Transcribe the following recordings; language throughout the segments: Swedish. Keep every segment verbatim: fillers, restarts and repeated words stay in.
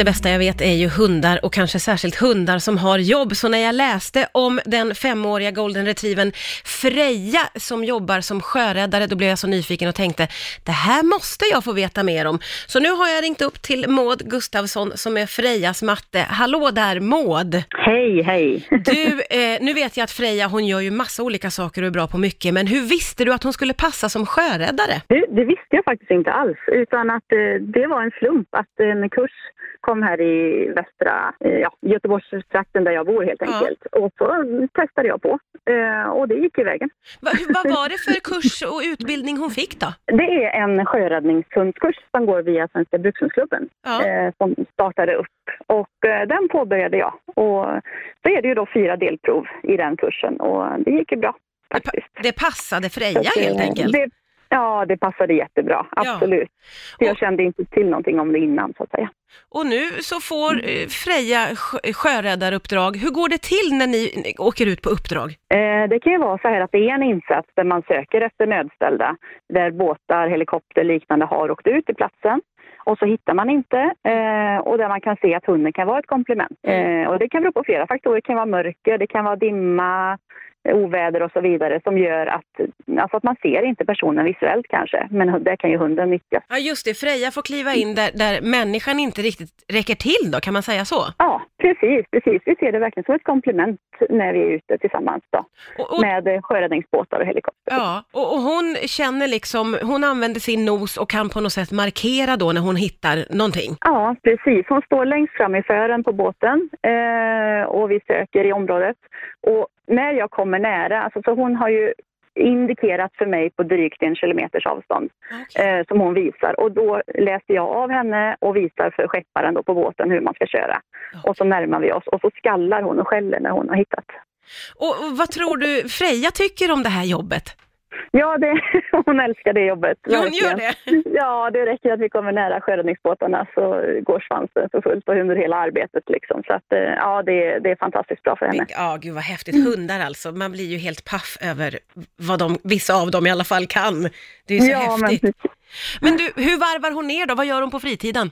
Det bästa jag vet är ju hundar och kanske särskilt hundar som har jobb. Så när jag läste om den femåriga golden retrievern Freja som jobbar som sjöräddare, då blev jag så nyfiken och tänkte, det här måste jag få veta mer om. Så nu har jag ringt upp till Maud Gustafsson som är Frejas matte. Hallå där Maud! Hej, hej! Du, eh, nu vet jag att Freja, hon gör ju massa olika saker och är bra på mycket, men hur visste du att hon skulle passa som sjöräddare? Det, det visste jag faktiskt inte alls, utan att eh, det var en slump att en kurs kom här i västra eh, ja, Göteborgstrakten där jag bor helt enkelt. Ja. Och så testade jag på eh, och det gick i vägen. Va, vad var det för kurs och utbildning hon fick då? Det är en sjöräddningshundskurs som går via Svenska Brukshundsklubben ja. eh, som startade upp. Och eh, den påbörjade jag. Och så är det ju då fyra delprov i den kursen och det gick ju bra faktiskt. Det, det passade Freja så, helt enkelt? Det, ja, det passade jättebra, absolut. Ja. Jag kände inte till någonting om det innan så att säga. Och nu så får eh, Freja sjö- sjöräddaruppdrag. Hur går det till när ni åker ut på uppdrag? Eh, det kan ju vara så här att det är en insats där man söker efter nödställda. Där båtar, helikopter liknande har åkt ut till platsen. Och så hittar man inte eh, och där man kan se att hunden kan vara ett komplement. Eh, och det kan bero på flera faktorer. Det kan vara mörker, det kan vara dimma, oväder och så vidare som gör att, alltså att man ser inte personen visuellt kanske. Men där kan ju hunden nyttjas. Ja just det, Freja får kliva in där, där människan inte riktigt räcker till då, kan man säga så? Ja, precis, precis. Vi ser det verkligen som ett komplement när vi är ute tillsammans då. Och, och, med sjöräddningsbåtar och helikopter. Ja, och, och hon känner liksom, hon använder sin nos och kan på något sätt markera då när hon hittar någonting. Ja, precis. Hon står längst fram i fören på båten eh, och vi söker i området. Och när jag kommer nära, alltså, så hon har ju indikerat för mig på drygt en kilometers avstånd okay. eh, som hon visar. Och då läser jag av henne och visar för skepparen då på båten hur man ska köra. Okay. Och så närmar vi oss och så skallar hon och skäller när hon har hittat. Och, och vad tror du Freja tycker om det här jobbet? Ja, det, hon älskar det jobbet. Jo, hon gör det. Ja, det räcker att vi kommer nära sjöräddningsbåtarna så går svansen för fullt och under hela arbetet liksom. Så att ja, det, det är fantastiskt bra för henne. Ja, gud vad häftigt. Hundar alltså. Man blir ju helt paff över vad de, vissa av dem i alla fall kan. Det är ju så ja, häftigt. Men... men du, hur varvar hon ner då? Vad gör hon på fritiden?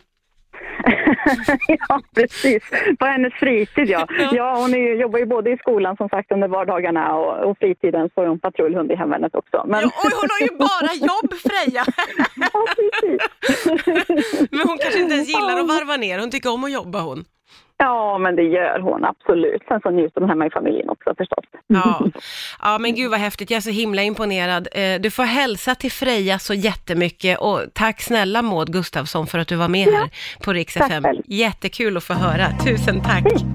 Ja, precis. På hennes fritid, ja. Ja, hon är ju, jobbar ju både i skolan som sagt under vardagarna och, och fritiden så är hon patrullhund i hemvärnet också. Men... Ja, oj, hon har ju bara jobb, Freja! Ja, precis. Men hon kanske inte ens gillar att varva ner. Hon tycker om att jobba, hon. Ja, men det gör hon absolut. Sen så njuter hon hemma i familjen också förstås. Ja. Ja, men gud vad häftigt. Jag är så himla imponerad. Du får hälsa till Freja så jättemycket. Och tack snälla Maud Gustafsson för att du var med här ja. på Riks F M. Jättekul att få höra. Tusen tack.